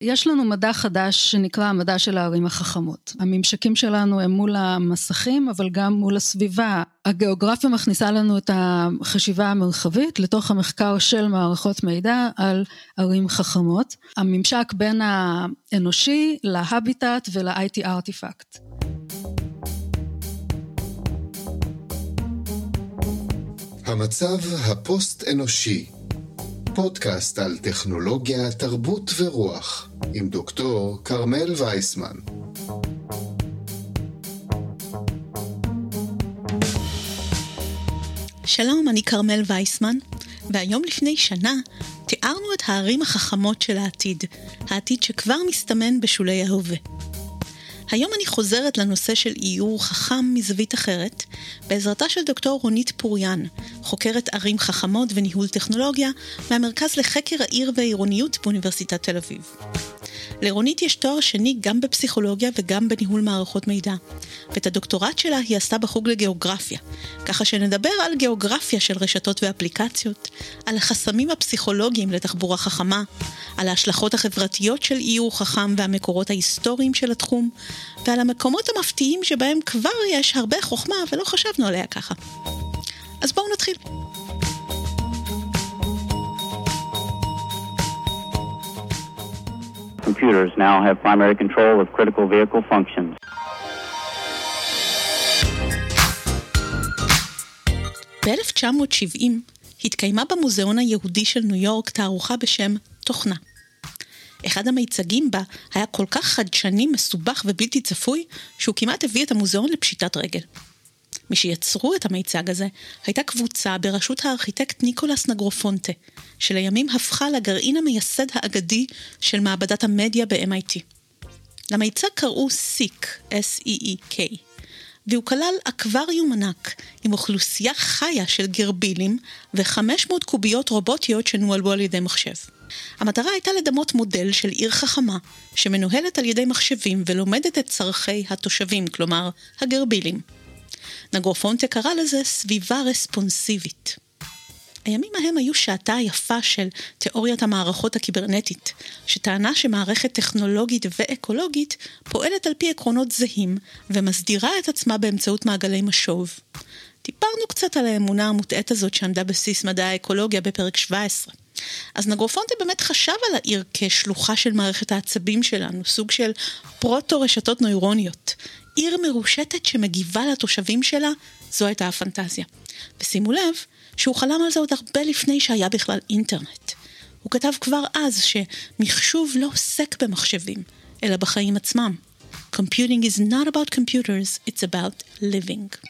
יש לנו מדע חדש שנקרא המדע של הערים החכמות. הממשקים שלנו הם מול המסכים, אבל גם מול הסביבה. הגיאוגרפיה מכניסה לנו את החשיבה המרחבית לתוך המחקר של מערכות מידע על ערים חכמות. הממשק בין האנושי להביטט ול-IT ארטיפקט. המצב הפוסט-אנושי, פודקאסט על טכנולוגיה, תרבות ורוח, עם דוקטור קרמל וייסמן. שלום, אני קרמל וייסמן, והיום לפני שנה תיארנו את הערים החכמות של העתיד, העתיד שכבר מסתמן בשולי ההווה. היום אני חוזרת לנושא של איור חכם מזווית אחרת, בעזרתה של דוקטור רונית פוריאן, חוקרת ערים חכמות וניהול טכנולוגיה, מהמרכז לחקר העיר והעירוניות באוניברסיטת תל אביב. לרונית יש תואר שני גם בפסיכולוגיה וגם בניהול מערכות מידע, ואת הדוקטורט שלה היא עשתה בחוג לגיאוגרפיה, ככה שנדבר על גיאוגרפיה של רשתות ואפליקציות, על החסמים הפסיכולוגיים לתחבורה חכמה, על ההשלכות החברתיות של איור חכם והמקורות ההיסטוריים של התחום, ועל המקומות המפתיעים שבהם כבר יש הרבה חוכמה ולא חשבנו עליה ככה. אז בואו נתחיל. Computers now have primary control of critical vehicle functions. ב-1970 התקיימה במוזיאון היהודי של ניו יורק תערוכה בשם תוכנה. אחד המיצגים בה היה כל כך חדשני, מסובך ובלתי צפוי, שהוא כמעט הביא את המוזיאון לפשיטת רגל. מי שיצרו את המיצג הזה הייתה קבוצה בראשות הארכיטקט ניקולס נגרופונטה, שלימים הפכה לגרעין המייסד האגדי של מעבדת המדיה ב-MIT. למיצג קראו SEEK, S-E-E-K, והוא כלל אקווריום ענק עם אוכלוסייה חיה של גרבילים ו500 קוביות רובוטיות שנוהלו על ידי מחשב. המטרה הייתה לדמות מודל של עיר חכמה שמנוהלת על ידי מחשבים ולומדת את צרכי התושבים, כלומר הגרבילים. נגרופונטה קרא לזה סביבה רספונסיבית. הימים ההם היו שעתה היפה של תיאוריית המערכות הקיברנטית, שטענה שמערכת טכנולוגית ואקולוגית פועלת על פי עקרונות זהים ומסדירה את עצמה באמצעות מעגלי משוב. דיברנו קצת על האמונה המוטעית הזאת שעמדה בסיס מדע האקולוגיה בפרק 17. אז נגרופונטה באמת חשב על העיר כשלוחה של מערכת העצבים שלנו, סוג של פרוטו רשתות נוירוניות. עיר מרושתת שמגיבה לתושבים שלה, זו הייתה הפנטזיה. ושימו לב שהוא חלם על זה עוד הרבה לפני שהיה בכלל אינטרנט. הוא כתב כבר אז שמחשוב לא עוסק במחשבים, אלא בחיים עצמם. Computing is not about computers, it's about living.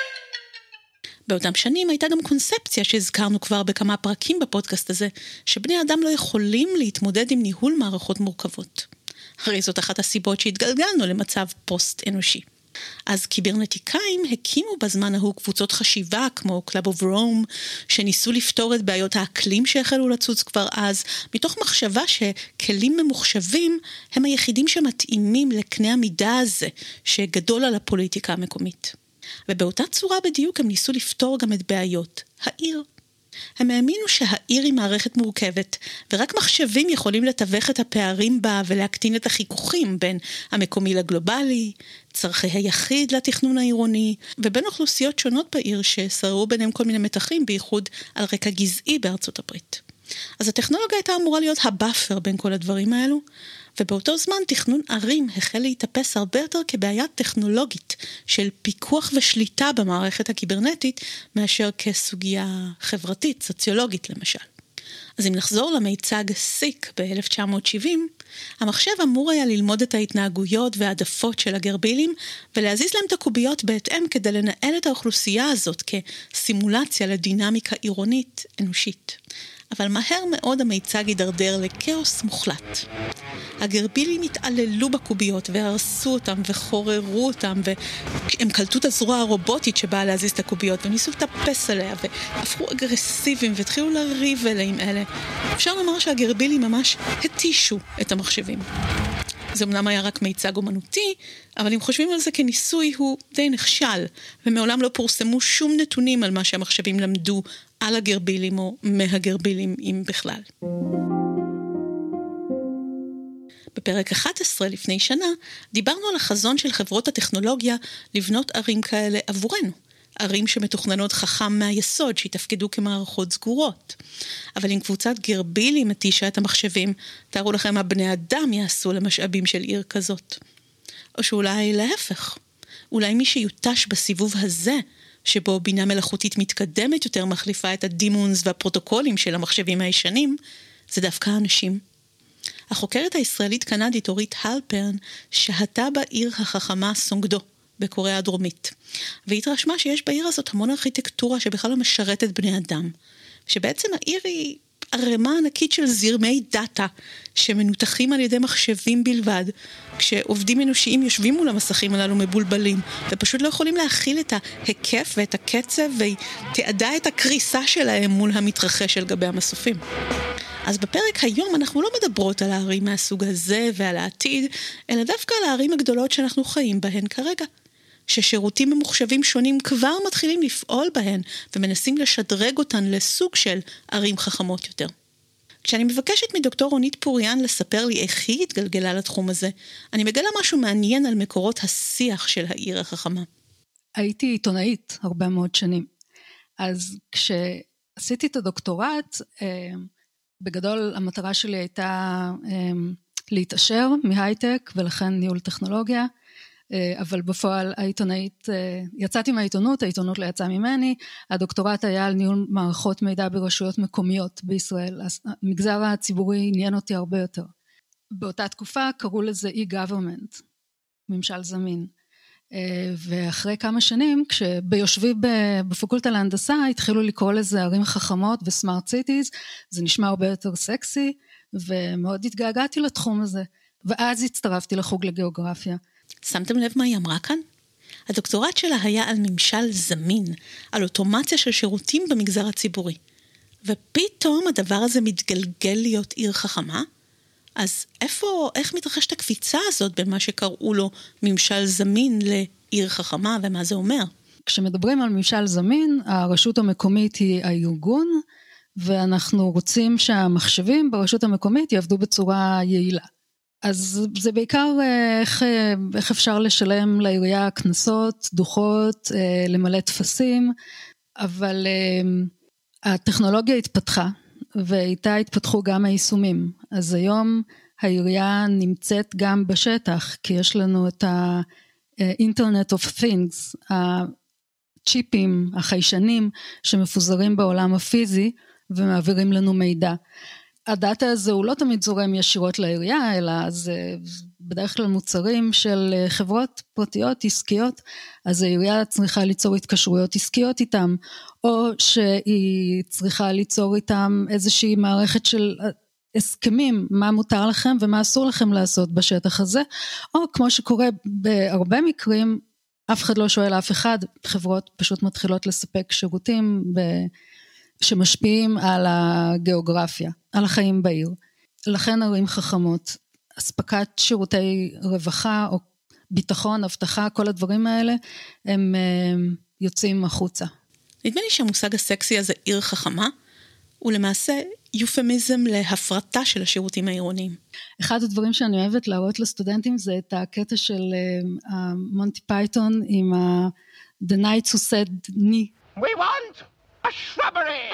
באותם שנים הייתה גם קונספציה שהזכרנו כבר בכמה פרקים בפודקאסט הזה, שבני אדם לא יכולים להתמודד עם ניהול מערכות מורכבות. הרי זאת אחת הסיבות שהתגלגלנו למצב פוסט-אנושי. אז קיברנטיקאים הקימו בזמן ההוא קבוצות חשיבה כמו Club of Rome, שניסו לפתור את בעיות האקלים שהחלו לצוץ כבר אז, מתוך מחשבה שכלים ממוחשבים הם היחידים שמתאימים לקנה המידה הזה, שגדול על הפוליטיקה המקומית. ובאותה צורה בדיוק הם ניסו לפתור גם את בעיות העיר. הם האמינו שהעיר היא מערכת מורכבת, ורק מחשבים יכולים לתווך את הפערים בה ולהקטין את החיכוכים בין המקומי לגלובלי, צרכי היחיד לתכנון העירוני, ובין אוכלוסיות שונות בעיר ששררו ביניהם כל מיני מתחים, בייחוד על רקע גזעי בארצות הברית. אז הטכנולוגיה הייתה אמורה להיות הבאפר בין כל הדברים האלו, ובאותו זמן תכנון ערים החל להתאפס הרבה יותר כבעיה טכנולוגית של פיקוח ושליטה במערכת הקיברנטית, מאשר כסוגיה חברתית, סוציולוגית למשל. אז אם נחזור למיצג SEEK ב-1970, המחשב אמור היה ללמוד את ההתנהגויות והעדפות של הגרבילים, ולהזיז להם את הקוביות בהתאם כדי לנהל את האוכלוסייה הזאת כסימולציה לדינמיקה עירונית אנושית. אבל מהר מאוד המיצג הידרדר לקאוס מוחלט. הגרבילים התעללו בקוביות והרסו אותם וחוררו אותם, והם קלטו את הזרוע הרובוטית שבאה להזיז את הקוביות וניסו לטפס עליה והפכו אגרסיביים והתחילו לריב אליהם אלה. אפשר לומר שהגרבילים ממש התישו את המחשבים. זה אמנם היה רק מיצג אומנותי, אבל אם חושבים על זה כניסוי הוא די נכשל, ומעולם לא פורסמו שום נתונים על מה שהמחשבים למדו על הגרבילים או מהגרבילים אם בכלל. בפרק 11 לפני שנה דיברנו על החזון של חברות הטכנולוגיה לבנות ערים כאלה עבורנו. ערים שמתוכננות חכם מהיסוד, שיתפקדו כמערכות סגורות. אבל אם קבוצת גרבילים מתישה את המחשבים, תארו לכם מה בני אדם יעשו למשאבים של עיר כזאת. או שאולי להפך. אולי מי שיוטש בסיבוב הזה, שבו בינה מלאכותית מתקדמת יותר מחליפה את הדימונס והפרוטוקולים של המחשבים הישנים, זה דווקא אנשים. החוקרת הישראלית-קנדית אורית הלפרן שהתה בעיר החכמה סונגדו, בקוריאה הדרומית. והיא התרשמה שיש בעיר הזאת המון ארכיטקטורה שבכלל לא משרתת בני אדם. שבעצם העיר היא ערימה ענקית של זרמי דאטה שמנותחים על ידי מחשבים בלבד, כשעובדים אנושיים יושבים מול המסכים הללו מבולבלים, ופשוט לא יכולים להכיל את ההיקף ואת הקצב, והיא תיעדה את הקריסה שלהם מול המתרחש על גבי המסופים. אז בפרק היום אנחנו לא מדברות על הערים מהסוג הזה ועל העתיד, אלא דווקא על הערים הגדולות שאנחנו חיים בהן כרגע. ששירותים ממוחשבים שונים כבר מתחילים לפעול בהן, ומנסים לשדרג אותן לסוג של ערים חכמות יותר. כשאני מבקשת מדוקטור רונית פוריאן לספר לי איך היא התגלגלה לתחום הזה, אני מגלה משהו מעניין על מקורות השיח של העיר החכמה. הייתי עיתונאית הרבה מאוד שנים. אז כשעשיתי את הדוקטורט, בגדול המטרה שלי הייתה להתעשר מהייטק ולכן ניהול טכנולוגיה, אבל בפועל העיתונאית, יצאתי מהעיתונות, העיתונות לא יצאה ממני, הדוקטורט היה על ניהול מערכות מידע ברשויות מקומיות בישראל, המגזר הציבורי עניין אותי הרבה יותר. באותה תקופה קראו לזה e-government, ממשל זמין, ואחרי כמה שנים, כשביושבי בפקולטה להנדסה, התחילו לקרוא לזה ערים חכמות וסמארט סיטיז, זה נשמע הרבה יותר סקסי, ומאוד התגעגעתי לתחום הזה, ואז הצטרפתי לחוג לגיאוגרפיה. שמתם לב מה היא אמרה כאן? הדוקטורט שלה היה על ממשל זמין, על אוטומציה של שירותים במגזר הציבורי. ופתאום הדבר הזה מתגלגל להיות עיר חכמה? אז איך מתרחשת הקפיצה הזאת בין מה שקראו לו ממשל זמין לעיר חכמה, ומה זה אומר? כשמדברים על ממשל זמין, הרשות המקומית היא הארגון, ואנחנו רוצים שהמחשבים ברשות המקומית יעבדו בצורה יעילה. אז זה בעיקר איך אפשר לשלם לעירייה כנסות, דוחות, למלא תפסים, אבל הטכנולוגיה התפתחה, ואיתה התפתחו גם היישומים. אז היום העירייה נמצאת גם בשטח, כי יש לנו את ה-Internet of Things, הצ'יפים, החיישנים, שמפוזרים בעולם הפיזי, ומעבירים לנו מידע. הדאטה הזה הוא לא תמיד זורם ישירות לעירייה, אלא זה בדרך כלל מוצרים של חברות פרטיות, עסקיות, אז העירייה צריכה ליצור התקשרויות עסקיות איתם, או שהיא צריכה ליצור איתם איזושהי מערכת של הסכמים, מה מותר לכם ומה אסור לכם לעשות בשטח הזה, או כמו שקורה בהרבה מקרים, אף אחד לא שואל אף אחד, חברות פשוט מתחילות לספק שירותים שמשפיעים על הגיאוגרפיה, על החיים בעיר. לכן ערים חכמות, אספקת שירותי רווחה או ביטחון, הבטחה, כל הדברים האלה, הם יוצאים החוצה. נדמה לי שהמושג הסקסי הזה, עיר חכמה, הוא למעשה יופמיזם להפרטה של השירותים העירוניים. אחד הדברים שאני אוהבת להראות לסטודנטים, זה את הקטע של מונטי פייתון עם The Knights Who Said Ni. We want a shrubbery!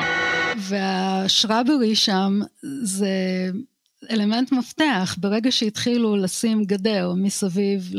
והשרברי שם זה אלמנט מפתח, ברגע שהתחילו לשים גדר מסביב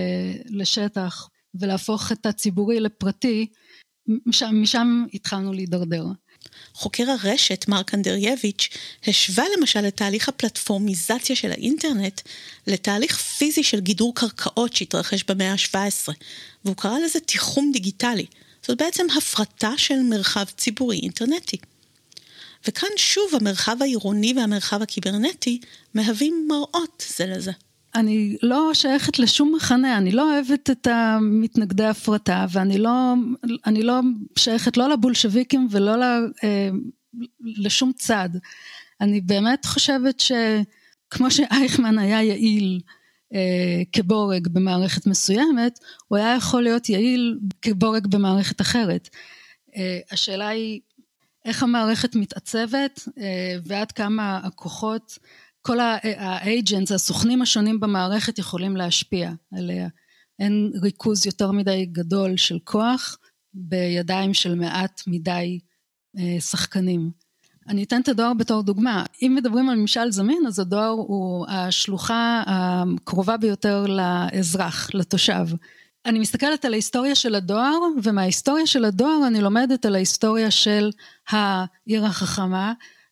לשטח, ולהפוך את הציבורי לפרטי, משם התחלנו להידרדר. חוקר הרשת מרק אנדרייביץ' השווה למשל את תהליך הפלטפורמיזציה של האינטרנט לתהליך פיזי של גידור קרקעות שהתרחש במאה ה-17, והוא קרא לזה תיחום דיגיטלי. זאת בעצם הפרטה של מרחב ציבורי אינטרנטי. וכאן שוב המרחב העירוני והמרחב הקיברנטי מהווים מראות זה לזה. אני לא שייכת לשום מחנה, אני לא אוהבת את המתנגדי הפרטה, ואני לא שייכת לא לבולשוויקים ולא לשום צד. אני באמת חושבת שכמו שאייכמן היה יעיל כבורג במערכת מסוימת, הוא היה יכול להיות יעיל כבורג במערכת אחרת. השאלה היא איך המערכת מתעצבת, ועד כמה הכוחות כל האג'נטס, הסוכנים השונים במערכת יכולים להשפיע עליה. אין ריכוז יותר מדי גדול של כוח בידיים של מעט מדי שחקנים. אני אתן את הדואר בתור דוגמה. אם מדברים על ממשל זמין, אז הדואר הוא השלוחה הקרובה ביותר לאזרח, לתושב. אני מסתכלת על ההיסטוריה של הדואר, ומההיסטוריה של הדואר אני לומדת על ההיסטוריה של העיר החכמה,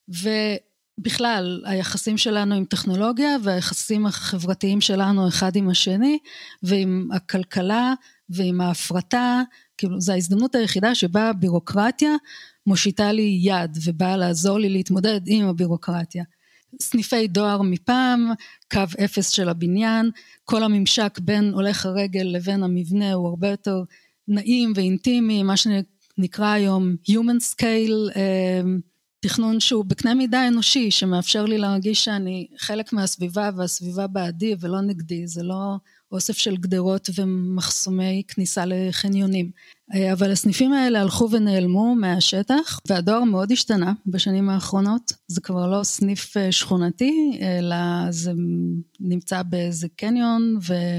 ובכלל היחסים שלנו עם טכנולוגיה, והיחסים החברתיים שלנו אחד עם השני, ועם הכלכלה, ועם ההפרטה, כאילו זו ההזדמנות היחידה שבה הבירוקרטיה מושיטה לי יד, ובאה לעזור לי להתמודד עם הבירוקרטיה. סניפי דואר מפעם, קו אפס של הבניין, כל הממשק בין הולך הרגל לבין המבנה הוא הרבה יותר נעים ואינטימי, מה שנקרא היום human scale, תכנון שהוא בקנה מידה אנושי, שמאפשר לי להרגיש שאני חלק מהסביבה, והסביבה בעדי ולא נגדי, זה לא אוסף של גדרות ומחסומי כניסה לחניונים. אבל הסניפים האלה הלכו ונעלמו מהשטח, והדואר מאוד השתנה בשנים האחרונות, זה כבר לא סניף שכונתי, אלא זה נמצא באיזה קניון,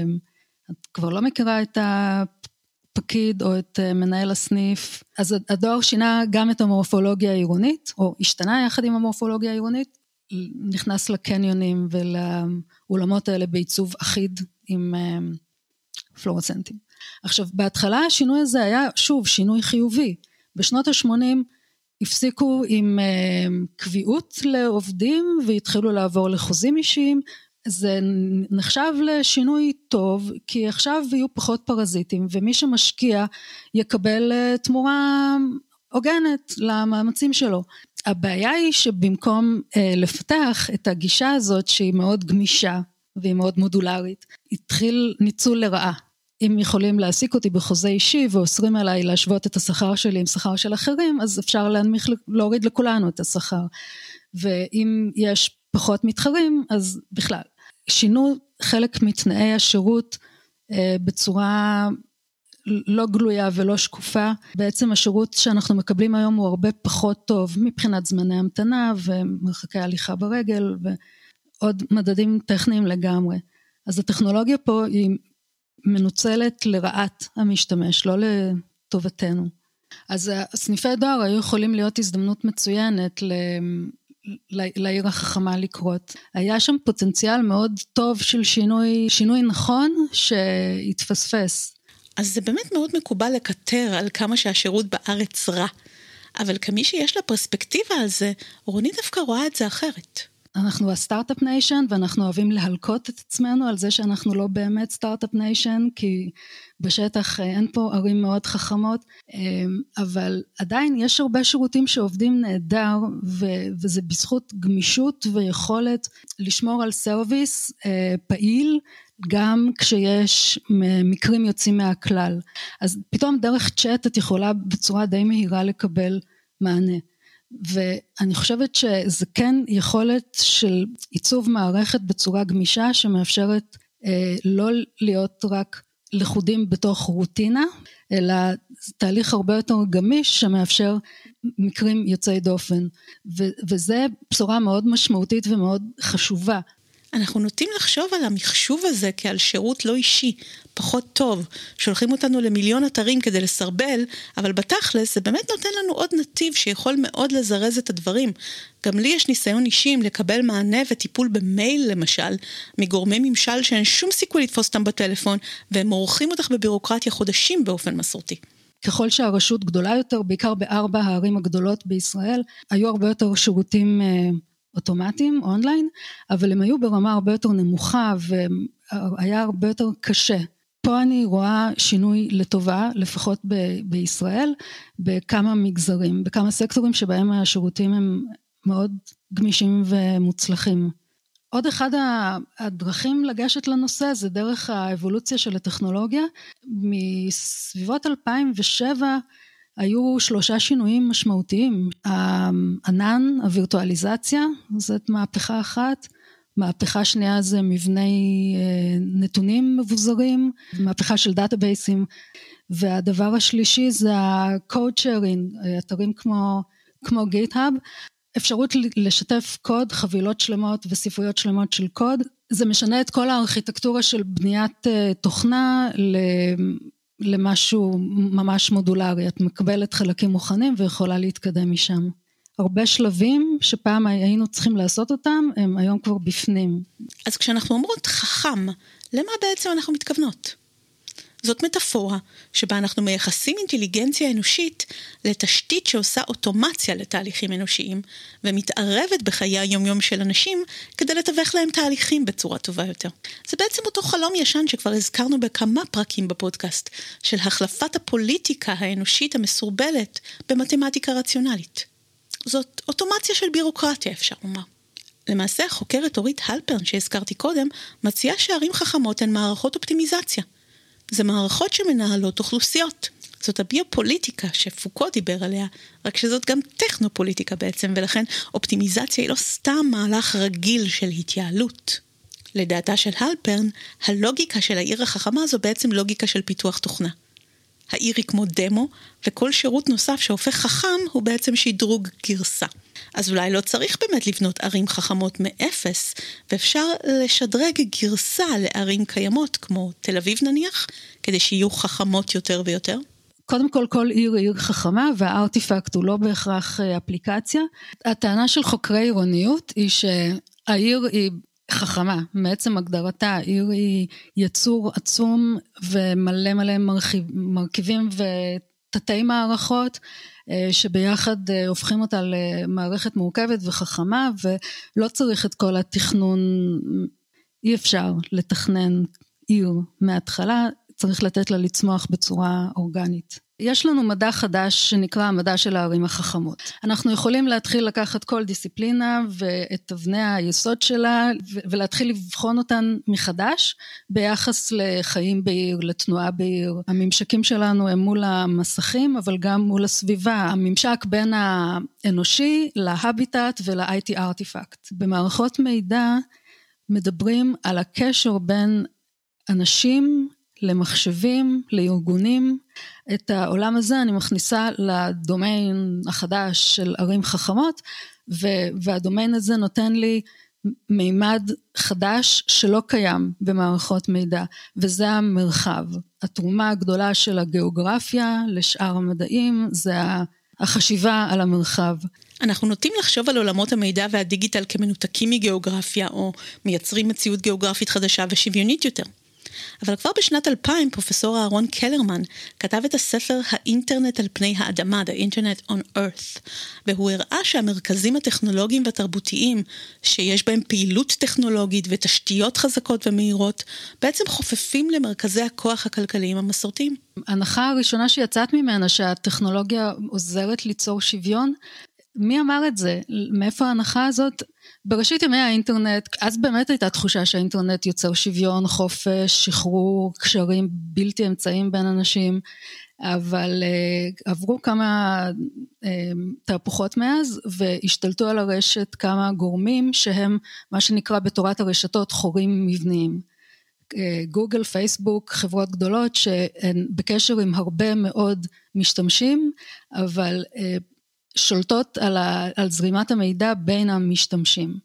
ואת כבר לא מכירה את הפקיד או את מנהל הסניף, אז הדואר שינה גם את המורפולוגיה העירונית, או השתנה יחד עם המורפולוגיה העירונית, נכנס לקניונים ולאולמות האלה בעיצוב אחיד עם פלורסנטים. עכשיו, בהתחלה השינוי הזה היה שוב שינוי חיובי. בשנות ה-80 הפסיקו עם קביעות לעובדים והתחילו לעבור לחוזים אישיים. זה נחשב לשינוי טוב, כי עכשיו יהיו פחות פרזיטים, ומי שמשקיע יקבל תמורה הוגנת למאמצים שלו. הבעיה היא שבמקום לפתח את הגישה הזאת שהיא מאוד גמישה והיא מאוד מודולרית, התחיל ניצול לרעה. אם יכולים להעסיק אותי בחוזה אישי ואוסרים עליי להשוות את השכר שלי עם שכר של אחרים, אז אפשר להוריד לכולנו את השכר. ואם יש פחות מתחרים, אז בכלל. שינו חלק מתנאי השירות בצורה לא גלויה ולא שקופה. בעצם השירות שאנחנו מקבלים היום הוא הרבה פחות טוב מבחינת זמני המתנה ומרחקי הליכה ברגל ועוד מדדים טכניים לגמרי. אז הטכנולוגיה פה היא מנוצלת לרעת המשתמש, לא לטובתנו. אז סניפי דואר היו יכולים להיות הזדמנות מצוינת לעיר החכמה לקרות. היה שם פוטנציאל מאוד טוב של שינוי נכון שהתפספס. אז זה באמת מאוד מקובל לקטר על כמה שהשירות בארץ רע. אבל כמי שיש לה פרספקטיבה על זה, רוני דווקא רואה את זה אחרת. אנחנו הסטארט-אפ ניישן, ואנחנו אוהבים להלקות את עצמנו על זה שאנחנו לא באמת סטארט-אפ ניישן, כי בשטח אין פה ערים מאוד חכמות, אבל עדיין יש הרבה שירותים שעובדים נהדר, וזה בזכות גמישות ויכולת לשמור על סרוויס פעיל, גם כשיש מקרים יוצאים מהכלל. אז פתאום דרך צ'אט את יכולה בצורה די מהירה לקבל מענה. ואני חושבת שזה כן יכולת של עיצוב מערכת בצורה גמישה, שמאפשרת לא להיות רק לחודים בתוך רוטינה, אלא תהליך הרבה יותר גמיש שמאפשר מקרים יוצאי דופן. וזה בשורה מאוד משמעותית ומאוד חשובה. אנחנו נוטים לחשוב על המחשוב הזה כעל שירות לא אישי, פחות טוב, שולחים אותנו למיליון אתרים כדי לסרבל, אבל בתכלס זה באמת נותן לנו עוד נתיב שיכול מאוד לזרז את הדברים. גם לי יש ניסיון אישי עם לקבל מענה וטיפול במייל למשל, מגורמי ממשל שאין שום סיכוי לתפוס אותם בטלפון, והם מורחים אותך בבירוקרטיה חודשים באופן מסורתי. ככל שהרשות גדולה יותר, בעיקר ב4 הערים הגדולות בישראל, היו הרבה יותר שירותים אוטומטיים, אונליין, אבל הם היו ברמה הרבה יותר נמוכה, והיה הרבה יותר קשה. פה אני רואה שינוי לטובה, לפחות בישראל, בכמה מגזרים, בכמה סקטורים שבהם השירותים הם מאוד גמישים ומוצלחים. עוד אחד הדרכים לגשת לנושא, זה דרך האבולוציה של הטכנולוגיה. מסביבות 2007, היו 3 שינויים משמעותיים. הענן, הווירטואליזציה, זאת מהפכה אחת. מהפכה שנייה זה מבני נתונים מבוזרים, מהפכה של דאטאבייסים. והדבר השלישי זה ה-code sharing, אתרים כמו GitHub. אפשרות לשתף קוד, חבילות שלמות וספריות שלמות של קוד, זה משנה את כל הארכיטקטורה של בניית תוכנה למשהו ממש מודולרי. את מקבלת חלקים מוכנים ויכולה להתקדם משם. הרבה שלבים שפעם היינו צריכים לעשות אותם, הם היום כבר בפנים. אז כשאנחנו אומרות חכם, למה בעצם אנחנו מתכוונות? זאת מטאפורה שבה אנחנו מייחסים אינטליגנציה אנושית לתשתית שעושה אוטומציה לתהליכים אנושיים, ומתערבת בחיי היומיום של אנשים כדי לתווך להם תהליכים בצורה טובה יותר. זה בעצם אותו חלום ישן שכבר הזכרנו בכמה פרקים בפודקאסט, של החלפת הפוליטיקה האנושית המסורבלת במתמטיקה רציונלית. זאת אוטומציה של בירוקרטיה, אפשר לומר. למעשה, החוקרת אורית הלפרן שהזכרתי קודם, מציעה שערים חכמות הן מערכות אופטימיזציה. זה מערכות שמנהלות אוכלוסיות. זאת הביופוליטיקה שפוקו דיבר עליה, רק שזאת גם טכנופוליטיקה בעצם, ולכן אופטימיזציה היא לא סתם מהלך רגיל של התייעלות. לדעתה של הלפרן, הלוגיקה של העיר החכמה זו בעצם לוגיקה של פיתוח תוכנה. העיר היא כמו דמו, וכל שירות נוסף שהופך חכם הוא בעצם שדרוג גרסה. אז אולי לא צריך באמת לבנות ערים חכמות מאפס, ואפשר לשדרג גרסה לערים קיימות, כמו תל אביב נניח, כדי שיהיו חכמות יותר ויותר. קודם כל עיר היא עיר חכמה, והארטיפקט הוא לא בהכרח אפליקציה. הטענה של חוקרי עירוניות היא שהעיר היא חכמה, מעצם הגדרתה, העיר היא יצור עצום ומלא מרכיבים ותתי מערכות, שביחד הופכים אותה למערכת מורכבת וחכמה, ולא צריך את כל התכנון, אי אפשר לתכנן עיר מההתחלה, צריך לתת לה לצמוח בצורה אורגנית. יש לנו מדע חדש שנקרא המדע של הערים החכמות. אנחנו יכולים להתחיל לקחת כל דיסציפלינה ואת אבני היסוד שלה, ולהתחיל לבחון אותן מחדש, ביחס לחיים בעיר, לתנועה בעיר. הממשקים שלנו הם מול המסכים, אבל גם מול הסביבה. הממשק בין האנושי להביטט ול-IT ארטיפקט. במערכות מידע מדברים על הקשר בין אנשים למחשבים, לארגונים. את העולם הזה אני מכניסה לדומיין החדש של ערים חכמות, והדומיין הזה נותן לי מימד חדש שלא קיים במערכות מידע, וזה המרחב. התרומה הגדולה של הגיאוגרפיה לשאר המדעים, זה החשיבה על המרחב. אנחנו נוטים לחשוב על עולמות המידע והדיגיטל כמנותקים מגיאוגרפיה, או מייצרים מציאות גיאוגרפית חדשה ושוויונית יותר. אבל כבר בשנת 2000 פרופסור אהרון קלרמן כתב את הספר האינטרנט על פני האדמה, The Internet on Earth, והוא הראה שהמרכזים הטכנולוגיים והתרבותיים שיש בהם פעילות טכנולוגית ותשתיות חזקות ומהירות, בעצם חופפים למרכזי הכוח הכלכליים המסורתיים. ההנחה הראשונה שיצאת ממנה שהטכנולוגיה עוזרת ליצור שוויון, מי אמר את זה? מאיפה ההנחה הזאת? בראשית ימי האינטרנט, אז באמת הייתה תחושה שהאינטרנט יוצר שוויון, חופש, שחרור, קשרים בלתי אמצעיים בין אנשים, אבל עברו כמה תהפוכות מאז, והשתלטו על הרשת כמה גורמים שהם מה שנקרא בתורת הרשתות חורים מבניים. גוגל, פייסבוק, חברות גדולות שהן בקשר עם הרבה מאוד משתמשים, אבל שולטות על זרימת המידע בין המשתמשים,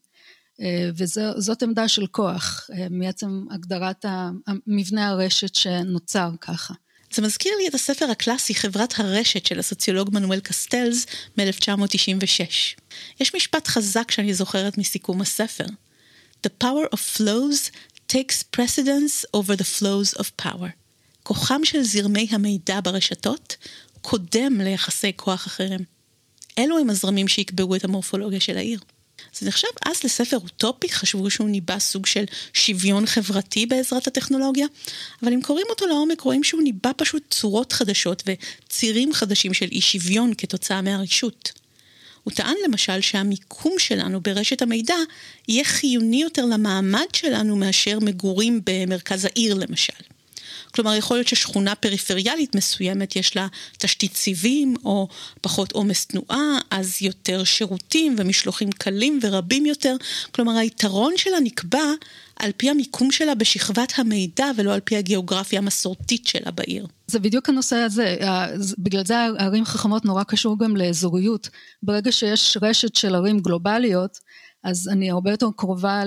וזאת עמדה של כוח, מעצם הגדרת מבנה הרשת שנוצר ככה. זה מזכיר לי את הספר הקלאסי חברת הרשת של הסוציולוג מנואל קסטלס מ-1996. יש משפט חזק שאני זוכרת מסיכום הספר. The power of flows takes precedence over the flows of power. כוחם של זרמי המידע ברשתות קודם ליחסי כוח אחרים. אלו הם הזרמים שיקבעו את המורפולוגיה של העיר. זה נחשב אז לספר אוטופי, חשבו שהוא ניבא סוג של שוויון חברתי בעזרת הטכנולוגיה, אבל אם קוראים אותו לעומק רואים שהוא ניבא פשוט צורות חדשות וצירים חדשים של אי שוויון כתוצאה מהרישות. הוא טען למשל שהמיקום שלנו ברשת המידע יהיה חיוני יותר למעמד שלנו מאשר מגורים במרכז העיר למשל. כלומר, יכול להיות ששכונה פריפריאלית מסוימת יש לה תשתית סיבים או פחות עומס תנועה, אז יותר שירותים ומשלוחים קלים ורבים יותר. כלומר, היתרון שלה נקבע על פי המיקום שלה בשכבת המידע ולא על פי הגיאוגרפיה המסורתית שלה בעיר. זה בדיוק הנושא הזה, בגלל זה ערים חכמות נורא קשור גם לאזוריות. ברגע שיש רשת של ערים גלובליות, אז אני הרבה יותר קרובה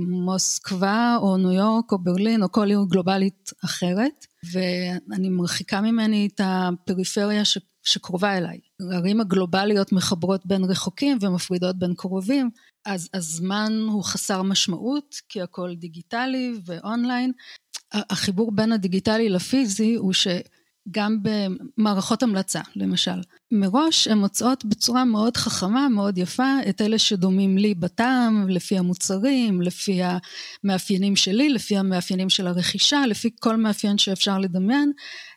למוסקבה או ניו יורק או ברלין או כל עיר גלובלית אחרת, ואני מרחיקה ממני את הפריפריה שקרובה אליי. הערים הגלובליות מחברות בין רחוקים ומפרידות בין קרובים, אז הזמן הוא חסר משמעות, כי הכל דיגיטלי ואונליין. החיבור בין הדיגיטלי לפיזי הוא שגם במערכות המלצה, למשל, מראש הן מוצאות בצורה מאוד חכמה, מאוד יפה, את אלה שדומים לי בטעם, לפי המוצרים, לפי המאפיינים שלי, לפי המאפיינים של הרכישה, לפי כל מאפיין שאפשר לדמיין,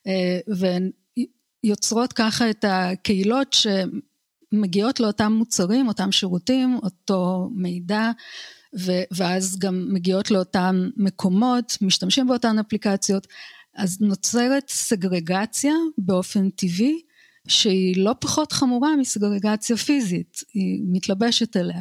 והן יוצרות ככה את הקהילות שמגיעות לאותם מוצרים, אותם שירותים, אותו מידע, ואז גם מגיעות לאותם מקומות, משתמשים באותן אפליקציות, אז נוצרת סגרגציה באופן טבעי, שהיא לא פחות חמורה מסגרגציה פיזית, היא מתלבשת אליה.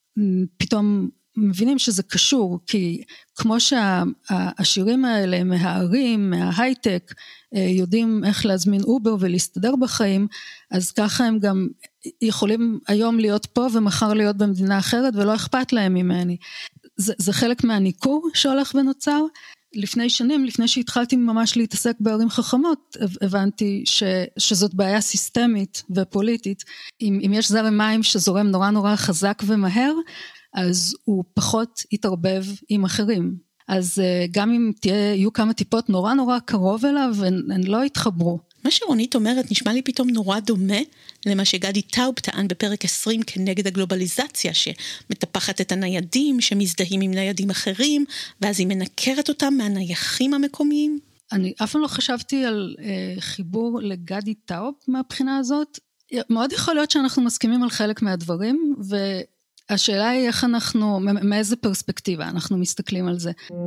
פתאום מבינים שזה קשור, כי כמו שהעשירים האלה מהערים, מההייטק, יודעים איך להזמין אובר ולהסתדר בחיים, אז ככה הם גם יכולים היום להיות פה ומחר להיות במדינה אחרת, ולא אכפת להם ממני. זה חלק מהניכור שהולך ונוצר. לפני שנים, לפני שהתחלתי ממש להתעסק בערים חכמות, הבנתי שזאת בעיה סיסטמית ופוליטית. אם יש זרם מים שזורם נורא נורא חזק ומהר, אז הוא פחות יתערבב עם אחרים. אז גם אם יהיו כמה טיפות נורא נורא קרוב אליו, הן לא יתחברו. מה שרונית אומרת נשמע לי פתאום נורא דומה למה שגדי טאוב טען בפרק 20 כנגד הגלובליזציה, שמטפחת את הניידים, שמזדהים עם ניידים אחרים, ואז היא מנקרת אותם מהנייחים המקומיים. אני אף פעם לא חשבתי על חיבור לגדי טאוב מהבחינה הזאת. מאוד יכול להיות שאנחנו מסכימים על חלק מהדברים, והשאלה היא איך אנחנו, מאיזה פרספקטיבה אנחנו מסתכלים על זה.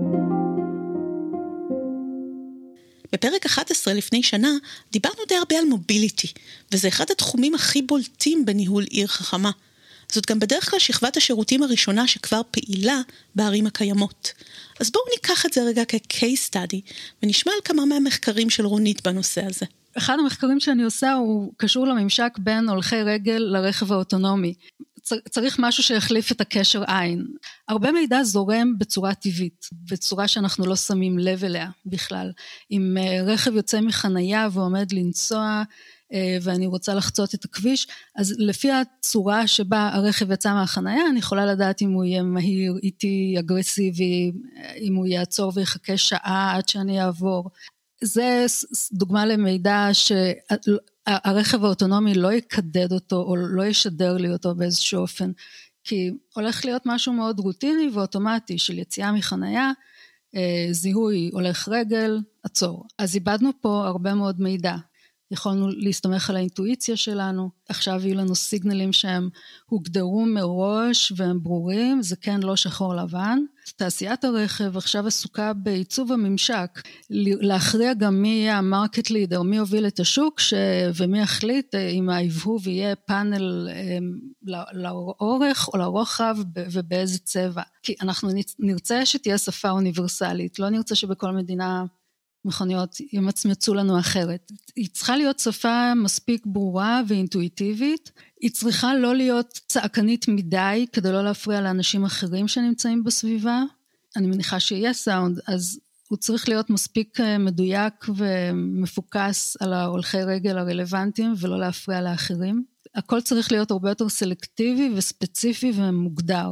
בפרק 11 לפני שנה דיברנו די הרבה על מוביליטי, וזה אחד התחומים הכי בולטים בניהול עיר חכמה. זאת גם בדרך כלל שכבת השירותים הראשונה שכבר פעילה בערים הקיימות. אז בואו ניקח את זה רגע כ-case study, ונשמע על כמה מהמחקרים של רונית בנושא הזה. אחד המחקרים שאני עושה הוא קשור לממשק בין הולכי רגל לרכב האוטונומי. צריך משהו שיחליף את הקשר עין. הרבה מידע זורם בצורה טבעית, בצורה שאנחנו לא שמים לב אליה בכלל. אם רכב יוצא מחנייה ועומד לנסוע, ואני רוצה לחצות את הכביש, אז לפי הצורה שבה הרכב יצא מהחנייה, אני יכולה לדעת אם הוא יהיה מהיר, איטי, אגרסיבי, אם הוא יעצור ויחכה שעה עד שאני אעבור. זה דוגמה למידע שהרכב האוטונומי לא יקדד אותו, או לא ישדר לי אותו באיזשהו אופן, כי הולך להיות משהו מאוד רוטיני ואוטומטי של יציאה מחנייה, זיהוי, הולך רגל, עצור. אז איבדנו פה הרבה מאוד מידע. יכולנו להסתמך על האינטואיציה שלנו, עכשיו יהיו לנו סיגנלים שהם הוגדרו מראש והם ברורים, זה כן לא שחור לבן. תעשיית הרכב עכשיו עסוקה בעיצוב הממשק, להכריע גם מי יהיה המרקט לידר, מי הוביל את השוק, ומי יחליט אם ההבהוב יהיה פאנל לאורך או לרוחב ובאיזה צבע. כי אנחנו נרצה שתהיה שפה אוניברסלית, לא נרצה שבכל מדינה מכוניות ימצמצו לנו אחרת. היא צריכה להיות שפה מספיק ברורה ואינטואיטיבית, היא צריכה לא להיות צעקנית מדי, כדי לא להפריע לאנשים אחרים שנמצאים בסביבה. אני מניחה שיהיה סאונד, אז הוא צריך להיות מספיק מדויק ומפוקס על ההולכי רגל הרלוונטיים, ולא להפריע לאחרים. הכל צריך להיות הרבה יותר סלקטיבי וספציפי ומוגדר.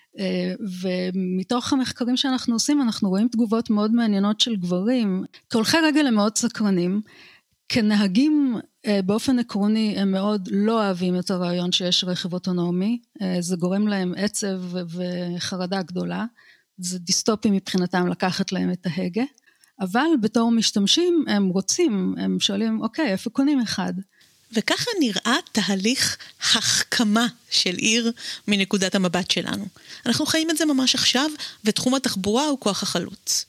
ומתוך המחקרים שאנחנו עושים, אנחנו רואים תגובות מאוד מעניינות של גברים. כהולכי רגל הם מאוד סקרנים, כנהגים באופן עקרוני הם מאוד לא אוהבים את הרעיון שיש רכב אוטונומי, זה גורם להם עצב וחרדה גדולה, זה דיסטופי מבחינתם לקחת להם את ההגה, אבל בתור משתמשים הם רוצים, הם שואלים, אוקיי, איפה קונים אחד? וככה נראה תהליך החכמה של עיר מנקודת המבט שלנו. אנחנו חיים את זה ממש עכשיו, ותחום התחבורה הוא כוח החלוץ.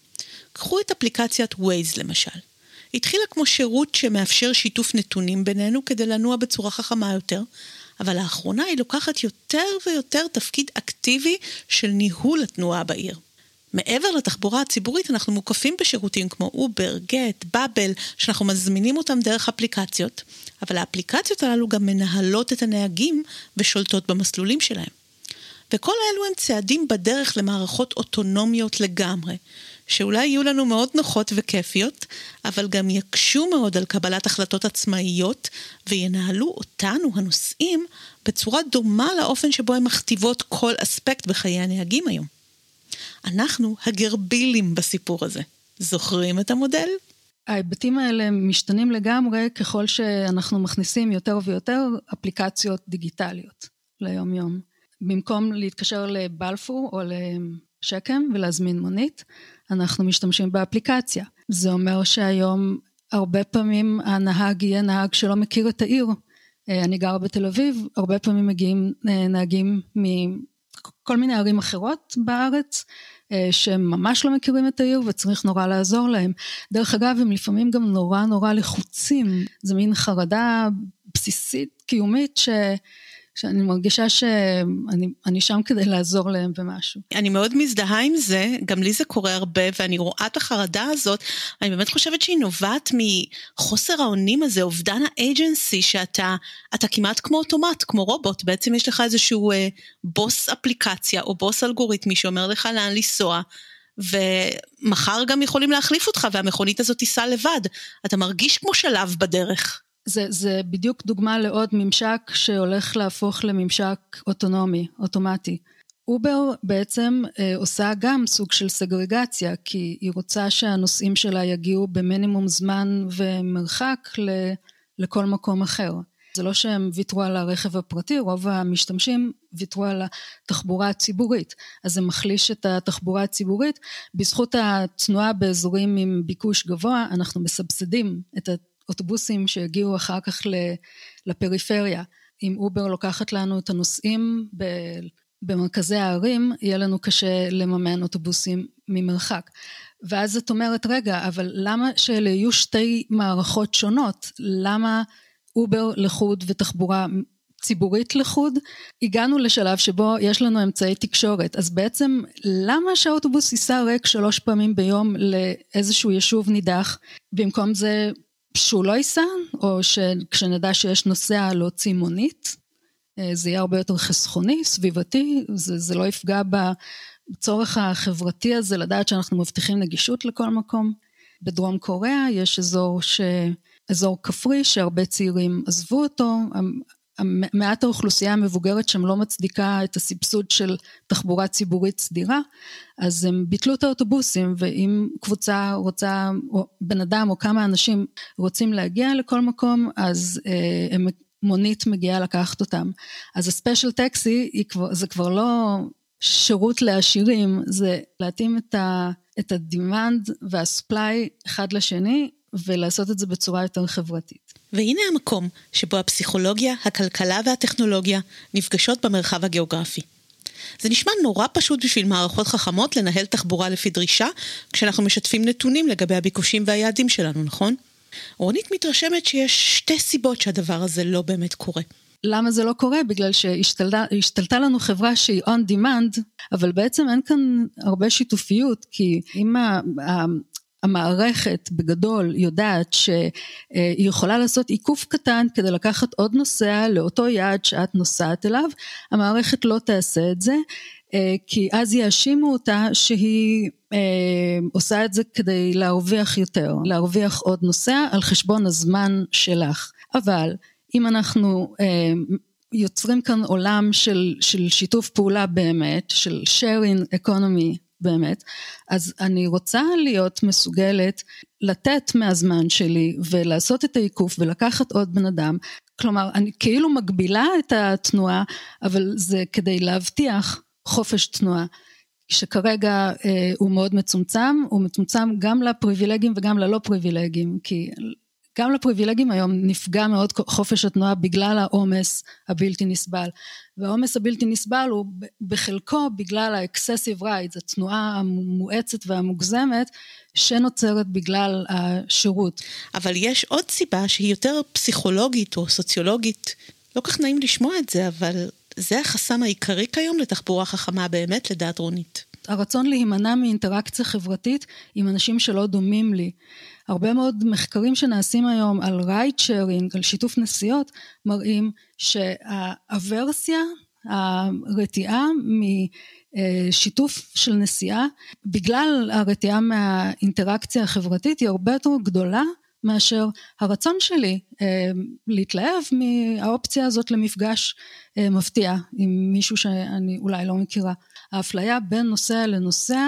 קחו את אפליקציית Waze למשל. התחילה כמו שירות שמאפשר שיתוף נתונים בינינו כדי לנוע בצורה חכמה יותר, אבל לאחרונה היא לוקחת יותר ויותר תפקיד אקטיבי של ניהול התנועה בעיר. מעבר לתחבורה הציבורית אנחנו מוקפים בשירותים כמו אובר, גט, באבל, שאנחנו מזמינים אותם דרך אפליקציות, אבל האפליקציות הללו גם מנהלות את הנהגים ושולטות במסלולים שלהם. וכל אלו הם צעדים בדרך למערכות אוטונומיות לגמרי, שאולי יהיו לנו מאוד נוחות וכיפיות, אבל גם יקשו מאוד על קבלת החלטות עצמאיות, וינהלו אותנו, הנוסעים, בצורה דומה לאופן שבו הן מכתיבות כל אספקט בחיי הנהגים היום. אנחנו הגרבילים בסיפור הזה. זוכרים את המודל? ההיבטים האלה משתנים לגמרי ככל שאנחנו מכניסים יותר ויותר אפליקציות דיגיטליות ליום יום. במקום להתקשר לבלפור או לשקם ולהזמין מונית, אנחנו משתמשים באפליקציה. זה אומר שהיום הרבה פעמים הנהג יהיה נהג שלא מכיר את העיר. אני גר בתל אביב, הרבה פעמים מגיעים נהגים מכל מיני ערים אחרות בארץ, שהם ממש לא מכירים את העיר וצריך נורא לעזור להם. דרך אגב, הם לפעמים גם נורא לחוצים. זה מין חרדה בסיסית, קיומית, שאני מרגישה שאני שם כדי לעזור להם במשהו. אני מאוד מזדהה עם זה, גם לי זה קורה הרבה, ואני רואה את החרדה הזאת, אני באמת חושבת שהיא נובעת מחוסר האונים הזה, אובדן האג'נסי, שאתה כמעט כמו אוטומט, כמו רובוט, בעצם יש לך איזשהו בוס אפליקציה, או בוס אלגוריתמי שאומר לך לאן לנסוע, ומחר גם יכולים להחליף אותך, והמכונית הזאת תיסע לבד, אתה מרגיש כמו שלב בדרך. זה בדיוק דוגמה לעוד ממשק שהולך להפוך לממשק אוטונומי, אוטומטי. אובר בעצם עושה גם סוג של סגרגציה, כי היא רוצה שהנוסעים שלה יגיעו במינימום זמן ומרחק לכל מקום אחר. זה לא שהם ויתרו על הרכב הפרטי, רוב המשתמשים ויתרו על התחבורה הציבורית. אז זה מחליש את התחבורה הציבורית. בזכות התנועה באזורים עם ביקוש גבוה, אנחנו מסבסדים את אוטובוסים שהגיעו אחר כך לפריפריה. אם אובר לוקחת לנו את הנוסעים במרכזי הערים, יהיה לנו קשה לממן אוטובוסים ממרחק. ואז את אומרת, רגע, אבל למה שאלה יהיו שתי מערכות שונות? למה אובר לחוד ותחבורה ציבורית לחוד? הגענו לשלב שבו יש לנו אמצעי תקשורת. אז בעצם למה שהאוטובוס ייסע ריק 3 פעמים ביום לאיזשהו יישוב נידח, במקום זה שהוא לא ייסע, או שכשנדע שיש נוסע להוציא מונית, זה יהיה הרבה יותר חסכוני, סביבתי, זה לא יפגע בצורך החברתי הזה, לדעת שאנחנו מבטיחים נגישות לכל מקום. בדרום קוריאה יש אזור כפרי, שהרבה צעירים עזבו אותו, מעט האוכלוסייה המבוגרת שם לא מצדיקה את הסבסוד של תחבורה ציבורית סדירה, אז הם ביטלו את האוטובוסים, ואם קבוצה רוצה, או בן אדם או כמה אנשים רוצים להגיע לכל מקום, אז מונית מגיעה לקחת אותם. אז הספיישל טקסי זה כבר לא שירות לעשירים, זה להתאים את הדימנד והספליי אחד לשני, ולעשות את זה בצורה יותר חברתית. והנה המקום שבו הפסיכולוגיה, הכלכלה והטכנולוגיה נפגשות במרחב הגיאוגרפי. זה נשמע נורא פשוט בשביל מערכות חכמות לנהל תחבורה לפי דרישה, כשאנחנו משתפים נתונים לגבי הביקושים והיעדים שלנו, נכון? רונית מתרשמת שיש 2 סיבות שהדבר הזה לא באמת קורה. למה זה לא קורה? בגלל שהשתלטה לנו חברה שהיא on demand, אבל בעצם אין כאן הרבה שיתופיות, כי אם המערכת בגדול יודעת שהיא יכולה לעשות עיקוף קטן כדי לקחת עוד נוסע לאותו יעד שאת נוסעת אליו, המערכת לא תעשה את זה, כי אז יאשימו אותה שהיא עושה את זה כדי להרוויח יותר, להרוויח עוד נוסע על חשבון הזמן שלך. אבל אם אנחנו יוצרים כאן עולם של שיתוף פעולה באמת, של sharing economy באמת, אז אני רוצה להיות מסוגלת לתת מהזמן שלי ולעשות את העיקוף ולקחת עוד בן אדם, כלומר אני כאילו מגבילה את התנועה, אבל זה כדי להבטיח חופש תנועה, שכרגע הוא מאוד מצומצם, הוא מצומצם גם לפריבילגים וגם ללא פריבילגים, כי גם לפריבילגים היום נפגע מאוד חופש התנועה בגלל העומס הבלתי נסבל, והעומס הבלתי נסבל הוא בחלקו בגלל ה-excessive rights, התנועה המואצת והמוגזמת שנוצרת בגלל השירות. אבל יש עוד סיבה שהיא יותר פסיכולוגית או סוציולוגית, לא כך נעים לשמוע את זה, אבל זה החסם העיקרי כיום לתחבורה חכמה באמת לדעת רונית. הרצון להימנע מאינטראקציה חברתית עם אנשים שלא דומים לי. הרבה מאוד מחקרים שנעשים היום על רייד שיירינג, על שיתוף נסיעות, מראים שהאברסיה, הרתיעה משיתוף של נסיעה, בגלל הרתיעה מהאינטראקציה החברתית, היא הרבה יותר גדולה מאשר הרצון שלי להתלהב מהאופציה הזאת למפגש מפתיע עם מישהו שאני אולי לא מכירה. האפליה בין נוסע לנוסע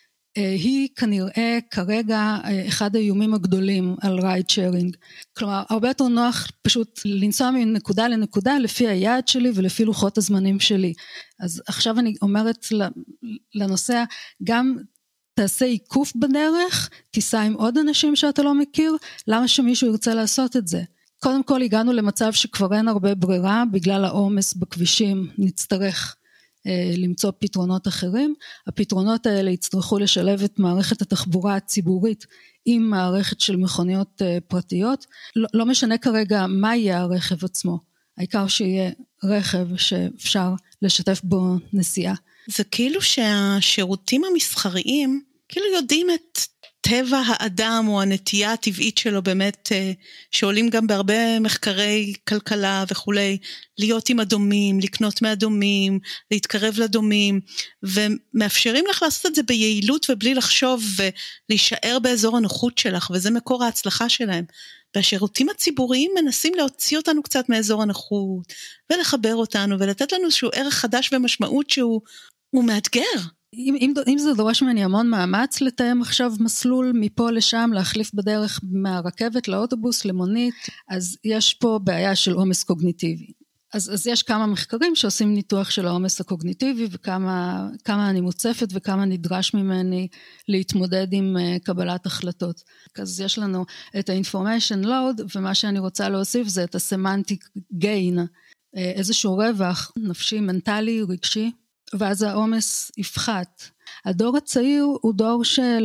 היא כנראה כרגע אחד האיומים הגדולים על רייד שיירינג. כלומר, הרבה יותר נוח פשוט לנסוע מנקודה לנקודה לפי היעד שלי ולפי לוחות הזמנים שלי. אז עכשיו אני אומרת לנוסע, גם תעשה עיקוף בדרך, תיסע עם עוד אנשים שאתה לא מכיר, למה שמישהו ירצה לעשות את זה? קודם כל הגענו למצב שכבר אין הרבה ברירה, בגלל העומס בכבישים נצטרך למצוא פתרונות אחרים. הפתרונות האלה יצטרכו לשלב את מערכת התחבורה הציבורית עם מערכת של מכוניות פרטיות. לא משנה כרגע מה יהיה הרכב עצמו, העיקר שיהיה רכב שאפשר לשתף בו נסיעה. זה כאילו שהשירותים המסחריים כאילו יודעים את טבע האדם או הנטייה הטבעית שלו באמת, שעולים גם בהרבה מחקרי כלכלה וכולי, להיות עם הדומים, לקנות מהדומים, להתקרב לדומים, ומאפשרים לך לעשות את זה ביעילות ובלי לחשוב ולהישאר באזור הנוחות שלך, וזה מקור ההצלחה שלהם. והשירותים הציבוריים מנסים להוציא אותנו קצת מאזור הנוחות, ולחבר אותנו ולתת לנו איזשהו ערך חדש ומשמעות שהוא מאתגר. אם זה דורש ממני המון מאמץ לתאם עכשיו מסלול מפה לשם, להחליף בדרך מהרכבת לאוטובוס, למונית, אז יש פה בעיה של עומס קוגניטיבי. אז יש כמה מחקרים שעושים ניתוח של העומס הקוגניטיבי, וכמה אני מוצפת וכמה נדרש ממני להתמודד עם קבלת החלטות. אז יש לנו את ה-information load, ומה שאני רוצה להוסיף זה את ה-semantic gain, איזשהו רווח נפשי, מנטלי, רגשי, ואז העומס יפחת. הדור הצעיר הוא דור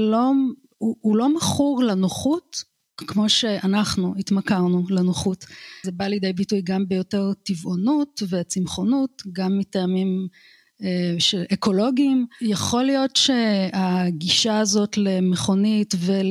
הוא לא מכור לנוחות, כמו שאנחנו התמכרנו לנוחות. זה בא לידי ביטוי גם ביותר טבעונות וצמחונות, גם מטעמים אקולוגיים. יכול להיות שהגישה הזאת למכונית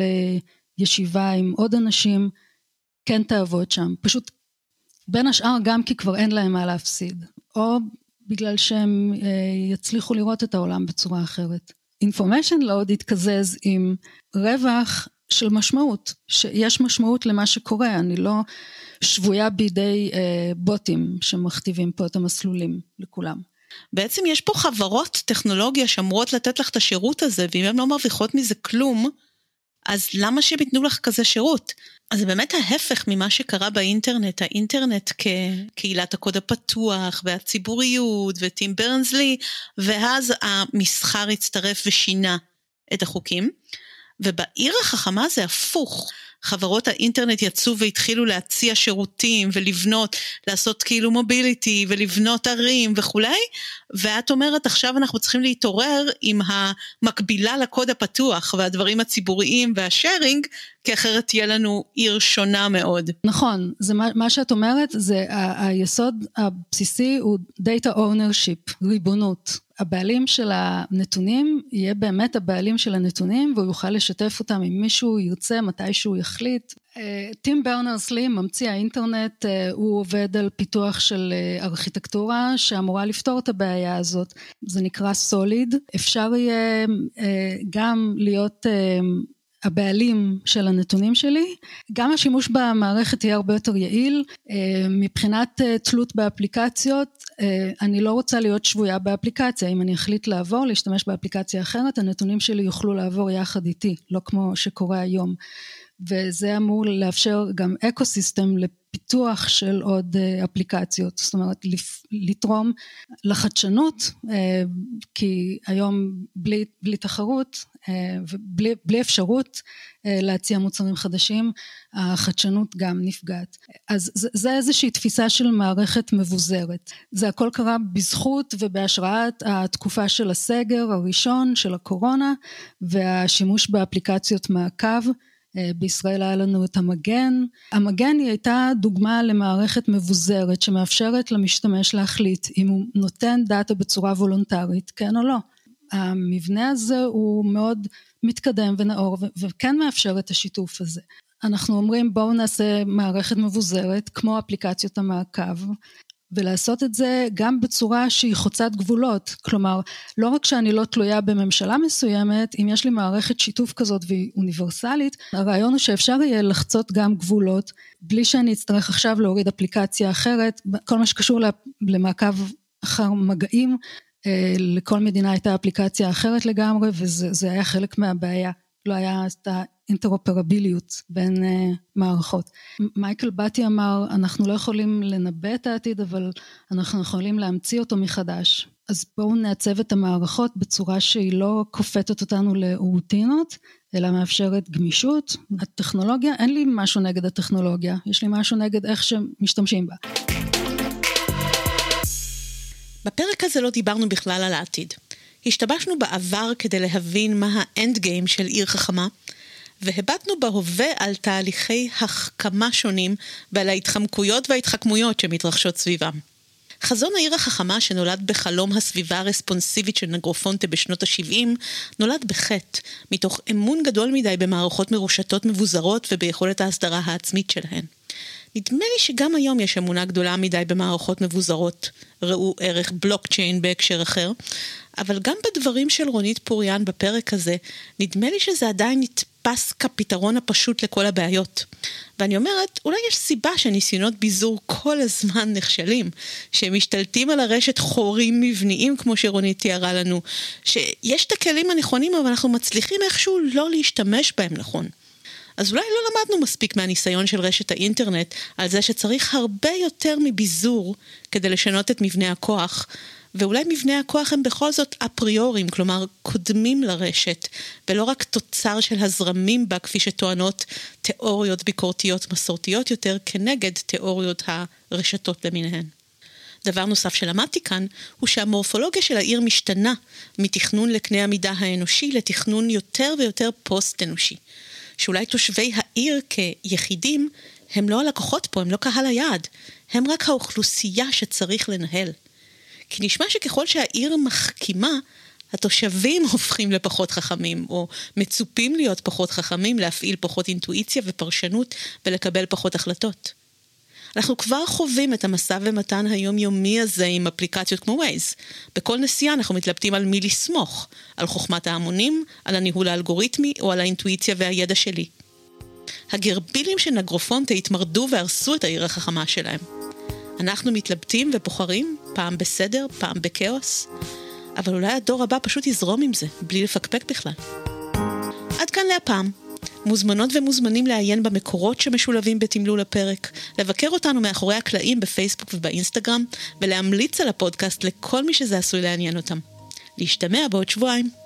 ולישיבה עם עוד אנשים, כן תעבוד שם. פשוט בין השאר גם כי כבר אין להם מה להפסיד. או בגלל שהם יצליחו לראות את העולם בצורה אחרת. Information load יתקזז עם רווח של משמעות, שיש משמעות למה שקורה, אני לא שבויה בידי בוטים שמכתיבים פה את המסלולים לכולם. בעצם יש פה חברות טכנולוגיה שאמורות לתת לך את השירות הזה, ואם הן לא מרוויחות מזה כלום, אז למה שהם ייתנו לך כזה שירות? אז זה באמת ההפך ממה שקרה באינטרנט, האינטרנט כקהילת הקוד הפתוח, והציבוריות, וטים ברנס-לי, ואז המסחר הצטרף ושינה את החוקים, ובעיר החכמה זה הפוך, חברות האינטרנט יצאו והתחילו להציע שירותים ולבנות, לעשות כאילו מוביליטי ולבנות ערים וכולי, ואת אומרת עכשיו אנחנו צריכים להתעורר עם המקבילה לקוד הפתוח והדברים הציבוריים והשארינג, כי אחרת תהיה לנו עיר שונה מאוד. נכון, זה מה שאת אומרת, זה היסוד הבסיסי הוא data ownership, ריבונות. הבעלים של הנתונים יהיה באמת הבעלים של הנתונים, והוא יוכל לשתף אותם עם מישהו ירצה מתי שהוא יחליט. טים ברנרס-לי, ממציא האינטרנט, הוא עובד על פיתוח של ארכיטקטורה שאמורה לפתור את הבעיה הזאת. זה נקרא סוליד. אפשר יהיה גם להיות הבעלים של הנתונים שלי, גם השימוש במערכת יהיה הרבה יותר יעיל, מבחינת תלות באפליקציות, אני לא רוצה להיות שבויה באפליקציה, אם אני אחליט לעבור, להשתמש באפליקציה אחרת, הנתונים שלי יוכלו לעבור יחד איתי, לא כמו שקורה היום, וזה אמור לאפשר גם אקוסיסטם לפיתוח של עוד אפליקציות, זאת אומרת לתרום לחדשנות, כי היום בלי תחרות ובלי אפשרות להציע מוצרים חדשים, החדשנות גם נפגעת. אז זה איזושהי תפיסה של מערכת מבוזרת. זה הכל קרה בזכות ובהשראת התקופה של הסגר הראשון של הקורונה, והשימוש באפליקציות מעקב. בישראל היה לנו את המגן. המגן היא הייתה דוגמה למערכת מבוזרת שמאפשרת למשתמש להחליט אם הוא נותן דאטה בצורה וולונטרית, כן או לא. המבנה הזה הוא מאוד מתקדם ונאור וכן מאפשר את השיתוף הזה. אנחנו אומרים בואו נעשה מערכת מבוזרת כמו אפליקציות המעקב, ולעשות את זה גם בצורה שהיא חוצת גבולות, כלומר לא רק שאני לא תלויה בממשלה מסוימת, אם יש לי מערכת שיתוף כזאת והיא אוניברסלית, הרעיון הוא שאפשר יהיה לחצות גם גבולות, בלי שאני אצטרך עכשיו להוריד אפליקציה אחרת, כל מה שקשור למעקב אחר מגעים, לכל מדינה הייתה אפליקציה אחרת לגמרי, וזה היה חלק מהבעיה, לא היה את האינטרופרביליות בין מערכות. מייקל באטי אמר, אנחנו לא יכולים לנבא את העתיד, אבל אנחנו יכולים להמציא אותו מחדש. אז בואו נעצב את המערכות בצורה שהיא לא כופתת אותנו לרוטינות, אלא מאפשרת גמישות. הטכנולוגיה, אין לי משהו נגד הטכנולוגיה, יש לי משהו נגד איך שמשתמשים בה. בפרק הזה לא דיברנו בכלל על העתיד. השתבשנו בעבר כדי להבין מה האנד גיים של עיר חכמה, והבטנו בהווה על תהליכי החכמה שונים ועל ההתחמקויות וההתחכמויות שמתרחשות סביבם. חזון העיר החכמה שנולד בחלום הסביבה הרספונסיבית של נגרופונטה בשנות ה-70, נולד בחטא, מתוך אמון גדול מדי במערכות מרושתות מבוזרות וביכולת ההסדרה העצמית שלהן. נדמה לי שגם היום יש אמונה גדולה מדי במערכות מבוזרות, ראו ערך בלוקצ'יין בהקשר אחר, אבל גם בדברים של רונית פוריאן בפרק הזה, נדמה לי שזה עדיין נתפס כפתרון הפשוט לכל הבעיות. ואני אומרת, אולי יש סיבה שניסיונות ביזור כל הזמן נכשלים, שהם משתלטים על הרשת חורים מבניים כמו שרונית תיארה לנו, שיש את הכלים הנכונים אבל אנחנו מצליחים איכשהו לא להשתמש בהם נכון. אז אולי לא למדנו מספיק מהניסיון של רשת האינטרנט על זה שצריך הרבה יותר מביזור כדי לשנות את מבנה הכוח, ואולי מבנה הכוח הם בכל זאת אפריורים, כלומר קודמים לרשת, ולא רק תוצר של הזרמים בה כפי שטוענות תיאוריות ביקורתיות מסורתיות יותר כנגד תיאוריות הרשתות למיניהן. דבר נוסף שלמדתי כאן הוא שהמורפולוגיה של העיר משתנה מתכנון לקנה המידה האנושי לתכנון יותר ויותר פוסט אנושי. שאולי תושבי העיר כיחידים הם לא הלקוחות פה, הם לא קהל היעד, הם רק האוכלוסייה שצריך לנהל. כי נשמע שככל שהעיר מחכימה, התושבים הופכים לפחות חכמים, או מצופים להיות פחות חכמים, להפעיל פחות אינטואיציה ופרשנות ולקבל פחות החלטות. אנחנו כבר חווים את המסע ומתן היומיומי הזה עם אפליקציות כמו Waze. בכל נסיעה אנחנו מתלבטים על מי לסמוך, על חוכמת ההמונים, על הניהול האלגוריתמי או על האינטואיציה והידע שלי. הגרבילים של נגרופונטה התמרדו והרסו את העיר החכמה שלהם. אנחנו מתלבטים ובוחרים, פעם בסדר, פעם בקאוס, אבל אולי הדור הבא פשוט יזרום עם זה, בלי לפקפק בכלל. עד כאן להפעם. מוזמנות ומוזמנים לעיין במקורות שמשולבים בתמלול הפרק, לבקר אותנו מאחורי הקלעים בפייסבוק ובאינסטגרם, ולהמליץ על הפודקאסט לכל מי שזה עשוי לעניין אותם. להשתמע בעוד שבועיים.